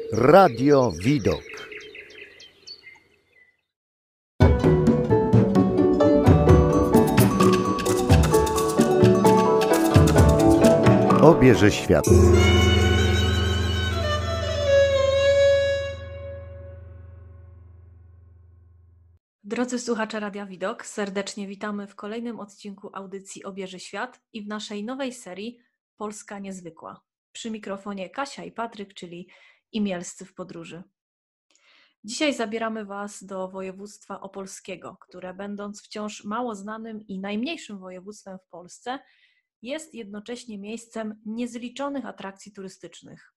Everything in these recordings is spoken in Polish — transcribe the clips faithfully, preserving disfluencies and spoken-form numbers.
Radio Widok. Obierze świat. Drodzy słuchacze Radia Widok, serdecznie witamy w kolejnym odcinku audycji Obierze Świat i w naszej nowej serii Polska Niezwykła. Przy mikrofonie Kasia i Patryk, czyli imielscy w podróży. Dzisiaj zabieramy Was do województwa opolskiego, które będąc wciąż mało znanym i najmniejszym województwem w Polsce, jest jednocześnie miejscem niezliczonych atrakcji turystycznych.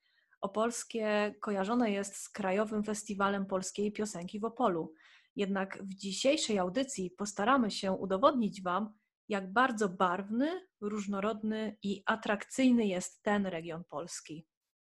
Opolskie kojarzone jest z Krajowym Festiwalem Polskiej Piosenki w Opolu. Jednak w dzisiejszej audycji postaramy się udowodnić Wam, jak bardzo barwny, różnorodny i atrakcyjny jest ten region Polski.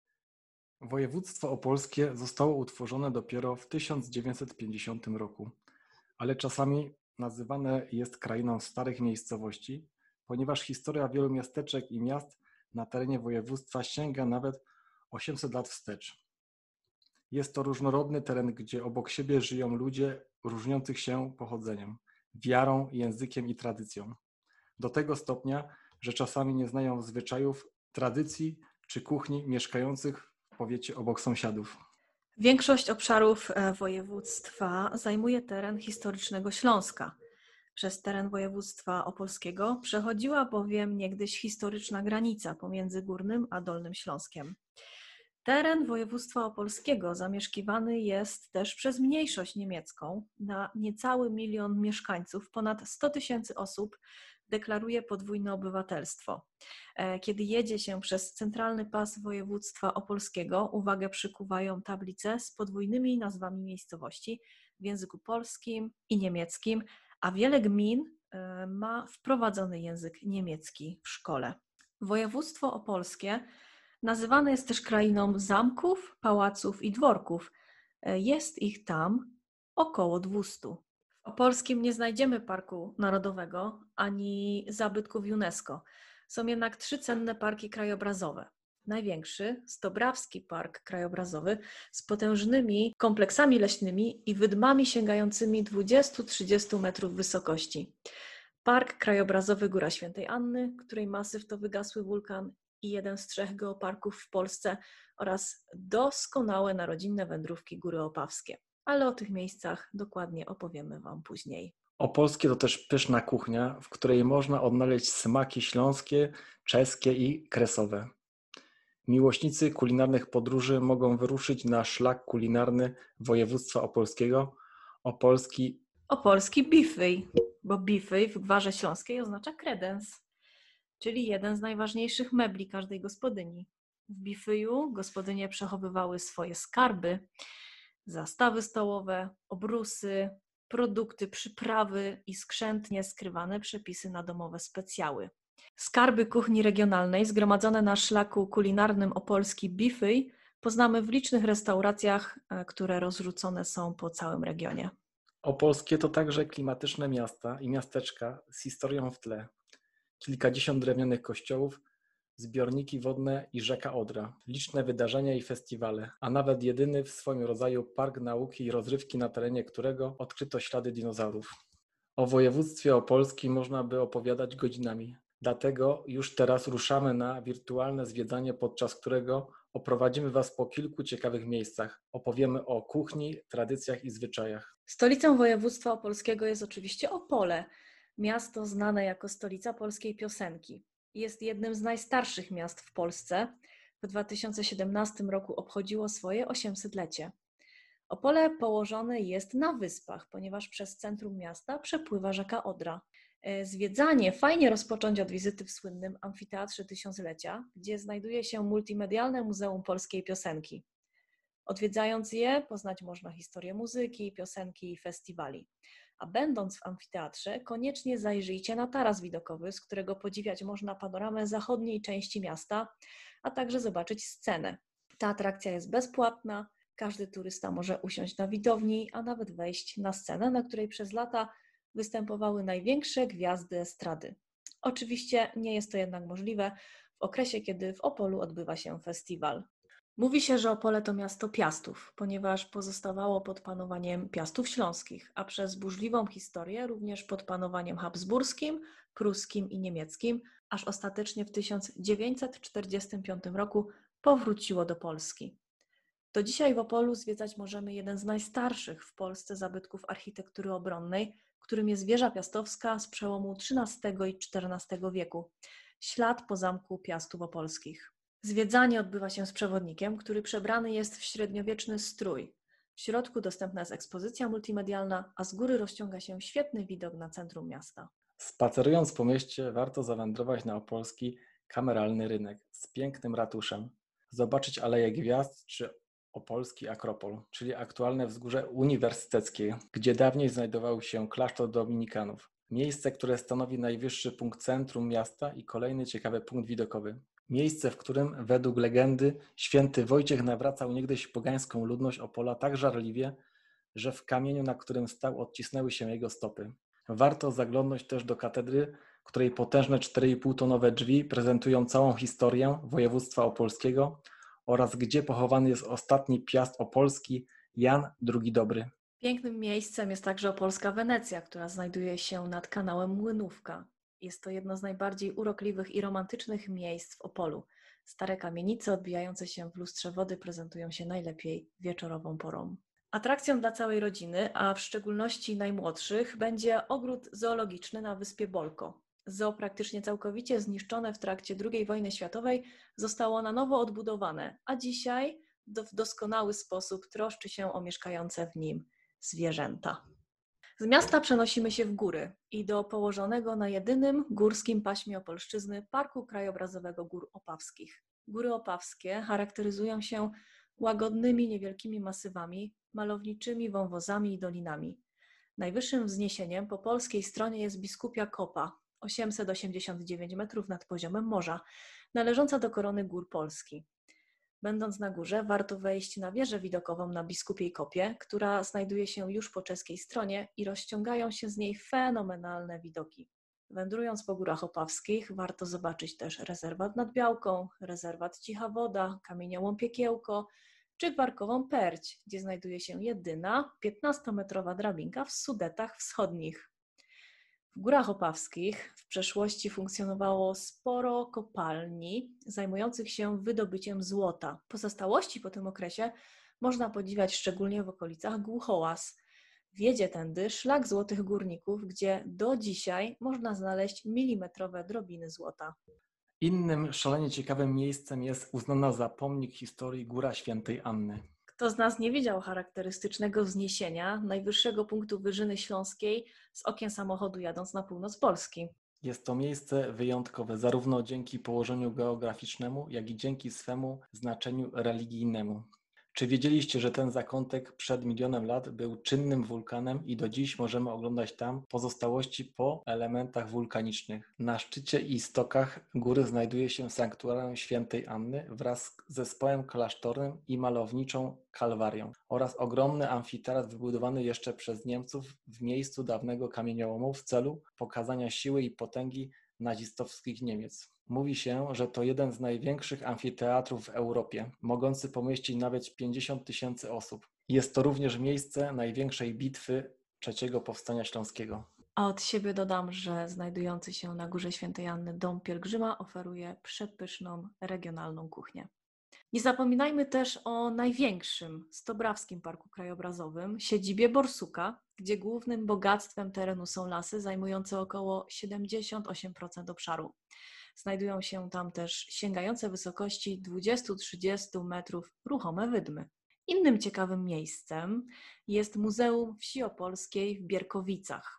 Województwo opolskie zostało utworzone dopiero w tysiąc dziewięćset pięćdziesiątym roku, ale czasami nazywane jest krainą starych miejscowości, ponieważ historia wielu miasteczek i miast na terenie województwa sięga nawet osiemset lat wstecz. Jest to różnorodny teren, gdzie obok siebie żyją ludzie różniących się pochodzeniem, wiarą, językiem i tradycją. Do tego stopnia, że czasami nie znają zwyczajów, tradycji czy kuchni mieszkających w powiecie obok sąsiadów. Większość obszarów województwa zajmuje teren historycznego Śląska. Przez teren województwa opolskiego przechodziła bowiem niegdyś historyczna granica pomiędzy Górnym a Dolnym Śląskiem. Teren województwa opolskiego zamieszkiwany jest też przez mniejszość niemiecką. Na niecały milion mieszkańców, ponad sto tysięcy osób deklaruje podwójne obywatelstwo. Kiedy jedzie się przez centralny pas województwa opolskiego, uwagę przykuwają tablice z podwójnymi nazwami miejscowości w języku polskim i niemieckim, a wiele gmin ma wprowadzony język niemiecki w szkole. Województwo opolskie nazywane jest też krainą zamków, pałaców i dworków. Jest ich tam około dwieście. W opolskim nie znajdziemy parku narodowego ani zabytków UNESCO. Są jednak trzy cenne parki krajobrazowe. Największy, Stobrawski Park Krajobrazowy z potężnymi kompleksami leśnymi i wydmami sięgającymi dwadzieścia do trzydziestu metrów wysokości. Park Krajobrazowy Góra Świętej Anny, której masyw to wygasły wulkan i jeden z trzech geoparków w Polsce oraz doskonałe narodzinne wędrówki Góry Opawskie. Ale o tych miejscach dokładnie opowiemy Wam później. Opolskie to też pyszna kuchnia, w której można odnaleźć smaki śląskie, czeskie i kresowe. Miłośnicy kulinarnych podróży mogą wyruszyć na szlak kulinarny województwa opolskiego, opolski Opolski bifüj, bo bifüj w Gwarze Śląskiej oznacza kredens, czyli jeden z najważniejszych mebli każdej gospodyni. W bifüju gospodynie przechowywały swoje skarby, zastawy stołowe, obrusy, produkty, przyprawy i skrzętnie skrywane przepisy na domowe specjały. Skarby kuchni regionalnej zgromadzone na szlaku kulinarnym Opolski bifüj poznamy w licznych restauracjach, które rozrzucone są po całym regionie. Opolskie to także klimatyczne miasta i miasteczka z historią w tle. Kilkadziesiąt drewnianych kościołów, zbiorniki wodne i rzeka Odra, liczne wydarzenia i festiwale, a nawet jedyny w swoim rodzaju park nauki i rozrywki, na terenie którego odkryto ślady dinozaurów. O województwie opolskim można by opowiadać godzinami, dlatego już teraz ruszamy na wirtualne zwiedzanie, podczas którego oprowadzimy Was po kilku ciekawych miejscach. Opowiemy o kuchni, tradycjach i zwyczajach. Stolicą województwa opolskiego jest oczywiście Opole, miasto znane jako stolica polskiej piosenki. Jest jednym z najstarszych miast w Polsce. W dwa tysiące siedemnastym roku obchodziło swoje osiemsetlecie. Opole położone jest na wyspach, ponieważ przez centrum miasta przepływa rzeka Odra. Zwiedzanie fajnie rozpocząć od wizyty w słynnym Amfiteatrze Tysiąclecia, gdzie znajduje się multimedialne Muzeum Polskiej Piosenki. Odwiedzając je, poznać można historię muzyki, piosenki i festiwali. A będąc w amfiteatrze, koniecznie zajrzyjcie na taras widokowy, z którego podziwiać można panoramę zachodniej części miasta, a także zobaczyć scenę. Ta atrakcja jest bezpłatna, każdy turysta może usiąść na widowni, a nawet wejść na scenę, na której przez lata występowały największe gwiazdy estrady. Oczywiście nie jest to jednak możliwe w okresie, kiedy w Opolu odbywa się festiwal. Mówi się, że Opole to miasto Piastów, ponieważ pozostawało pod panowaniem Piastów Śląskich, a przez burzliwą historię również pod panowaniem habsburskim, pruskim i niemieckim, aż ostatecznie w tysiąc dziewięćset czterdziestym piątym roku powróciło do Polski. Do dzisiaj w Opolu zwiedzać możemy jeden z najstarszych w Polsce zabytków architektury obronnej, którym jest wieża piastowska z przełomu trzynastego i czternastego wieku, ślad po zamku Piastów Opolskich. Zwiedzanie odbywa się z przewodnikiem, który przebrany jest w średniowieczny strój. W środku dostępna jest ekspozycja multimedialna, a z góry rozciąga się świetny widok na centrum miasta. Spacerując po mieście, warto zawędrować na opolski kameralny rynek z pięknym ratuszem, zobaczyć Aleję Gwiazd czy opolski Akropol, czyli aktualne wzgórze uniwersyteckie, gdzie dawniej znajdował się klasztor dominikanów. Miejsce, które stanowi najwyższy punkt centrum miasta i kolejny ciekawy punkt widokowy. Miejsce, w którym według legendy święty Wojciech nawracał niegdyś pogańską ludność Opola tak żarliwie, że w kamieniu, na którym stał, odcisnęły się jego stopy. Warto zaglądnąć też do katedry, której potężne cztery i pół tonowe drzwi prezentują całą historię województwa opolskiego oraz gdzie pochowany jest ostatni Piast opolski, Jan drugi Dobry. Pięknym miejscem jest także opolska Wenecja, która znajduje się nad kanałem Młynówka. Jest to jedno z najbardziej urokliwych i romantycznych miejsc w Opolu. Stare kamienice odbijające się w lustrze wody prezentują się najlepiej wieczorową porą. Atrakcją dla całej rodziny, a w szczególności najmłodszych, będzie ogród zoologiczny na wyspie Bolko. Zoo praktycznie całkowicie zniszczone w trakcie drugiej wojny światowej zostało na nowo odbudowane, a dzisiaj w doskonały sposób troszczy się o mieszkające w nim zwierzęta. Z miasta przenosimy się w góry i do położonego na jedynym górskim paśmie Opolszczyzny Parku Krajobrazowego Gór Opawskich. Góry Opawskie charakteryzują się łagodnymi, niewielkimi masywami, malowniczymi wąwozami i dolinami. Najwyższym wzniesieniem po polskiej stronie jest Biskupia Kopa, osiemset osiemdziesiąt dziewięć metrów nad poziomem morza, należąca do korony Gór Polski. Będąc na górze, warto wejść na wieżę widokową na Biskupiej Kopie, która znajduje się już po czeskiej stronie i rozciągają się z niej fenomenalne widoki. Wędrując po Górach Opawskich, warto zobaczyć też rezerwat nad Białką, rezerwat Cicha Woda, Kamieniołom Piekiełko czy Gwarkową Perć, gdzie znajduje się jedyna piętnastometrowa drabinka w Sudetach Wschodnich. W Górach Opawskich w przeszłości funkcjonowało sporo kopalni zajmujących się wydobyciem złota. Pozostałości po tym okresie można podziwiać szczególnie w okolicach Głuchołaz. Wiedzie tędy szlak złotych górników, gdzie do dzisiaj można znaleźć milimetrowe drobiny złota. Innym szalenie ciekawym miejscem jest uznana za pomnik historii Góra Świętej Anny. Kto z nas nie widział charakterystycznego wzniesienia najwyższego punktu Wyżyny Śląskiej z okien samochodu jadąc na północ Polski? Jest to miejsce wyjątkowe zarówno dzięki położeniu geograficznemu, jak i dzięki swemu znaczeniu religijnemu. Czy wiedzieliście, że ten zakątek przed milionem lat był czynnym wulkanem i do dziś możemy oglądać tam pozostałości po elementach wulkanicznych? Na szczycie i stokach góry znajduje się sanktuarium Świętej Anny wraz z zespołem klasztornym i malowniczą kalwarią oraz ogromny amfiteatr wybudowany jeszcze przez Niemców w miejscu dawnego kamieniołomu w celu pokazania siły i potęgi nazistowskich Niemiec. Mówi się, że to jeden z największych amfiteatrów w Europie, mogący pomieścić nawet pięćdziesiąt tysięcy osób. Jest to również miejsce największej bitwy trzeciego Powstania Śląskiego. A od siebie dodam, że znajdujący się na Górze Świętej Anny Dom Pielgrzyma oferuje przepyszną regionalną kuchnię. Nie zapominajmy też o największym Stobrawskim Parku Krajobrazowym, siedzibie Borsuka, gdzie głównym bogactwem terenu są lasy zajmujące około siedemdziesiąt osiem procent obszaru. Znajdują się tam też sięgające wysokości dwadzieścia do trzydziestu metrów ruchome wydmy. Innym ciekawym miejscem jest Muzeum Wsi Opolskiej w Bierkowicach.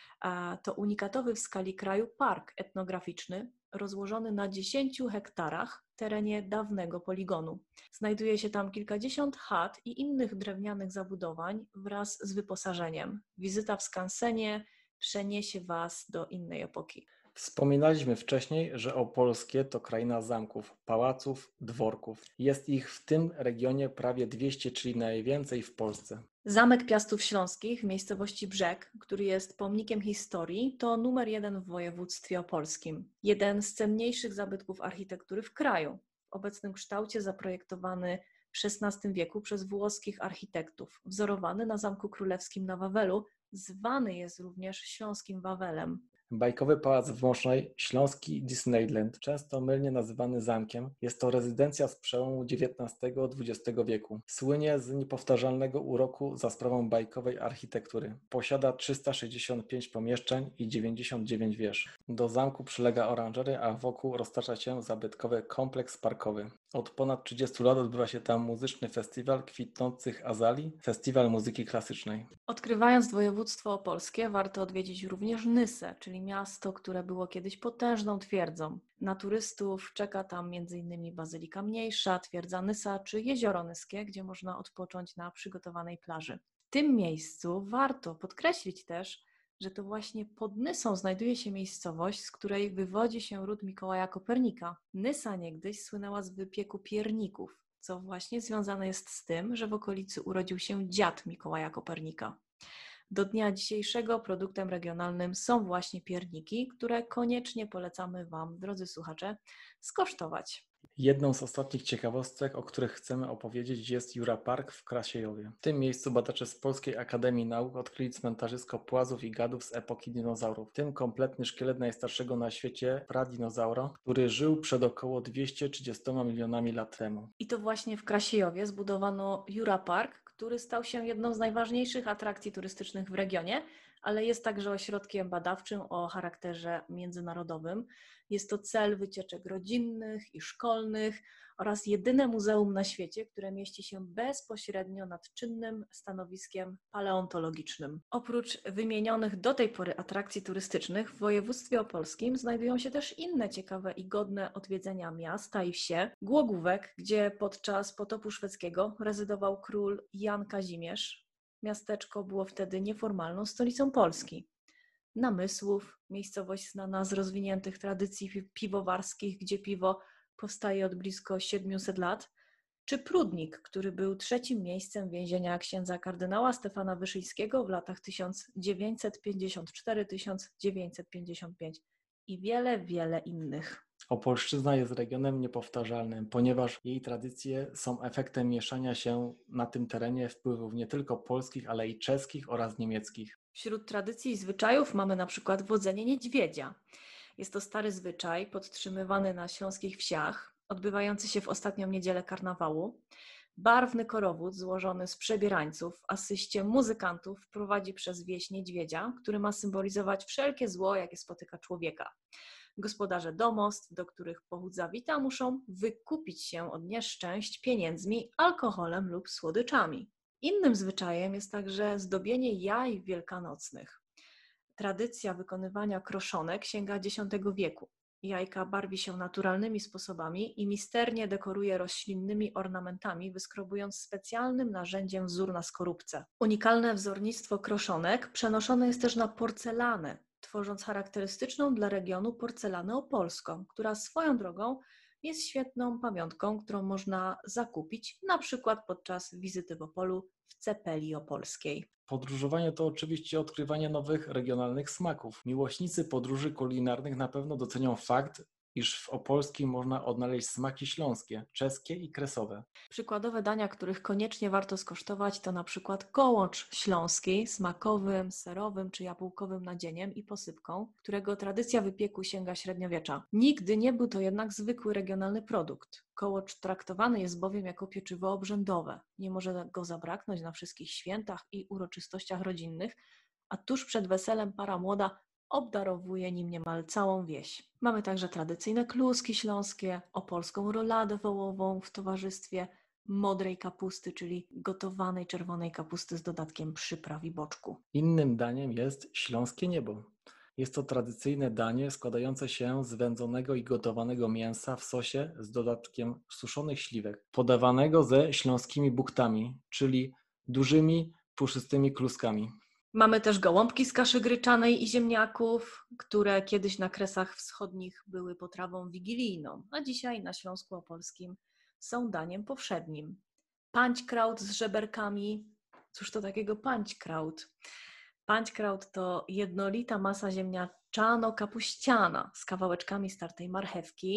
To unikatowy w skali kraju park etnograficzny rozłożony na dziesięciu hektarach terenie dawnego poligonu. Znajduje się tam kilkadziesiąt chat i innych drewnianych zabudowań wraz z wyposażeniem. Wizyta w skansenie przeniesie Was do innej epoki. Wspominaliśmy wcześniej, że Opolskie to kraina zamków, pałaców, dworków. Jest ich w tym regionie prawie dwieście, czyli najwięcej w Polsce. Zamek Piastów Śląskich w miejscowości Brzeg, który jest pomnikiem historii, to numer jeden w województwie opolskim. Jeden z cenniejszych zabytków architektury w kraju. w obecnym kształcie zaprojektowany w szesnastym wieku przez włoskich architektów, wzorowany na Zamku Królewskim na Wawelu, zwany jest również Śląskim Wawelem. Bajkowy Pałac w Mosznej, śląski Disneyland, często mylnie nazywany zamkiem, jest to rezydencja z przełomu dziewiętnastego do dwudziestego wieku. Słynie z niepowtarzalnego uroku za sprawą bajkowej architektury. Posiada trzysta sześćdziesiąt pięć pomieszczeń i dziewięćdziesiąt dziewięć wież. Do zamku przylega oranżery, a wokół roztacza się zabytkowy kompleks parkowy. Od ponad trzydziestu lat odbywa się tam muzyczny festiwal kwitnących azalii, festiwal muzyki klasycznej. Odkrywając województwo opolskie, warto odwiedzić również Nysę, czyli miasto, które było kiedyś potężną twierdzą. Na turystów czeka tam między innymi Bazylika Mniejsza, twierdza Nysa czy Jezioro Nyskie, gdzie można odpocząć na przygotowanej plaży. W tym miejscu warto podkreślić też, że to właśnie pod Nysą znajduje się miejscowość, z której wywodzi się ród Mikołaja Kopernika. Nysa niegdyś słynęła z wypieku pierników, co właśnie związane jest z tym, że w okolicy urodził się dziad Mikołaja Kopernika. Do dnia dzisiejszego produktem regionalnym są właśnie pierniki, które koniecznie polecamy Wam, drodzy słuchacze, skosztować. Jedną z ostatnich ciekawostek, o których chcemy opowiedzieć, jest Jura Park w Krasiejowie. W tym miejscu badacze z Polskiej Akademii Nauk odkryli cmentarzysko płazów i gadów z epoki dinozaurów, w tym kompletny szkielet najstarszego na świecie pradinozaura, który żył przed około dwieście trzydziestoma milionami lat temu. I to właśnie w Krasiejowie zbudowano Jura Park, który stał się jedną z najważniejszych atrakcji turystycznych w regionie, ale jest także ośrodkiem badawczym o charakterze międzynarodowym. Jest to cel wycieczek rodzinnych i szkolnych oraz jedyne muzeum na świecie, które mieści się bezpośrednio nad czynnym stanowiskiem paleontologicznym. Oprócz wymienionych do tej pory atrakcji turystycznych w województwie opolskim znajdują się też inne ciekawe i godne odwiedzenia miasta i wsie. Głogówek, gdzie podczas potopu szwedzkiego rezydował król Jan Kazimierz. Miasteczko było wtedy nieformalną stolicą Polski. Namysłów, miejscowość znana z rozwiniętych tradycji pi- piwowarskich, gdzie piwo powstaje od blisko siedmiuset lat, czy Prudnik, który był trzecim miejscem więzienia księdza kardynała Stefana Wyszyńskiego w latach tysiąc dziewięćset pięćdziesiąt cztery do tysiąc dziewięćset pięćdziesiąt pięć i wiele, wiele innych. Opolszczyzna jest regionem niepowtarzalnym, ponieważ jej tradycje są efektem mieszania się na tym terenie wpływów nie tylko polskich, ale i czeskich oraz niemieckich. Wśród tradycji i zwyczajów mamy na przykład wodzenie niedźwiedzia. Jest to stary zwyczaj podtrzymywany na śląskich wsiach, odbywający się w ostatnią niedzielę karnawału. Barwny korowód złożony z przebierańców, asyście muzykantów prowadzi przez wieś niedźwiedzia, który ma symbolizować wszelkie zło, jakie spotyka człowieka. Gospodarze domostw, do których pochód zawita, muszą wykupić się od nieszczęść pieniędzmi, alkoholem lub słodyczami. Innym zwyczajem jest także zdobienie jaj wielkanocnych. Tradycja wykonywania kroszonek sięga dziesiątego wieku. Jajka barwi się naturalnymi sposobami i misternie dekoruje roślinnymi ornamentami, wyskrobując specjalnym narzędziem wzór na skorupce. Unikalne wzornictwo kroszonek przenoszone jest też na porcelanę, tworząc charakterystyczną dla regionu porcelanę opolską, która swoją drogą jest świetną pamiątką, którą można zakupić na przykład podczas wizyty w Opolu w Cepeli Opolskiej. Podróżowanie to oczywiście odkrywanie nowych regionalnych smaków. Miłośnicy podróży kulinarnych na pewno docenią fakt, iż w opolskim można odnaleźć smaki śląskie, czeskie i kresowe. Przykładowe dania, których koniecznie warto skosztować, to na przykład kołocz śląski smakowym, serowym czy jabłkowym nadzieniem i posypką, którego tradycja wypieku sięga średniowiecza. Nigdy nie był to jednak zwykły regionalny produkt. Kołocz traktowany jest bowiem jako pieczywo obrzędowe. Nie może go zabraknąć na wszystkich świętach i uroczystościach rodzinnych, a tuż przed weselem para młoda obdarowuje nim niemal całą wieś. Mamy także tradycyjne kluski śląskie, opolską roladę wołową w towarzystwie modrej kapusty, czyli gotowanej czerwonej kapusty z dodatkiem przypraw i boczku. Innym daniem jest śląskie niebo. Jest to tradycyjne danie składające się z wędzonego i gotowanego mięsa w sosie z dodatkiem suszonych śliwek, podawanego ze śląskimi buktami, czyli dużymi, puszystymi kluskami. Mamy też gołąbki z kaszy gryczanej i ziemniaków, które kiedyś na Kresach Wschodnich były potrawą wigilijną, a dzisiaj na Śląsku Opolskim są daniem powszednim. Pańćkraut z żeberkami. Cóż to takiego pańćkraut? Pańćkraut to jednolita masa ziemniaczano-kapuściana z kawałeczkami startej marchewki,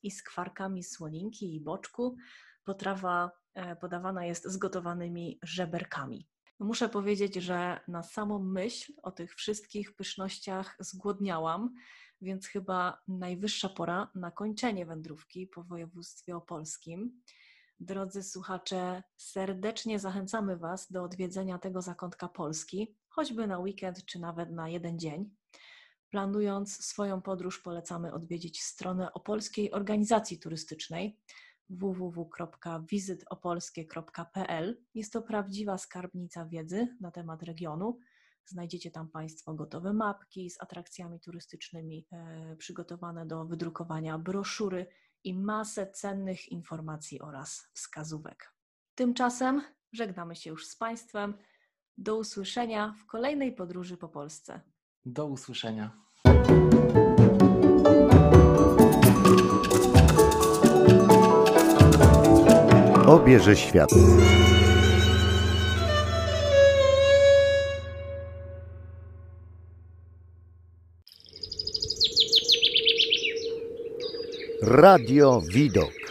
i skwarkami słoninki i boczku. Potrawa podawana jest z gotowanymi żeberkami. Muszę powiedzieć, że na samą myśl o tych wszystkich pysznościach zgłodniałam, więc chyba najwyższa pora na kończenie wędrówki po województwie opolskim. Drodzy słuchacze, serdecznie zachęcamy Was do odwiedzenia tego zakątka Polski, choćby na weekend czy nawet na jeden dzień. Planując swoją podróż, polecamy odwiedzić stronę Opolskiej Organizacji Turystycznej w w w kropka wizyt opolskie kropka p l. Jest to prawdziwa skarbnica wiedzy na temat regionu. Znajdziecie tam Państwo gotowe mapki z atrakcjami turystycznymi, e, przygotowane do wydrukowania broszury i masę cennych informacji oraz wskazówek. Tymczasem żegnamy się już z Państwem. Do usłyszenia w kolejnej podróży po Polsce. Do usłyszenia. Obierze świat. Radio Widok.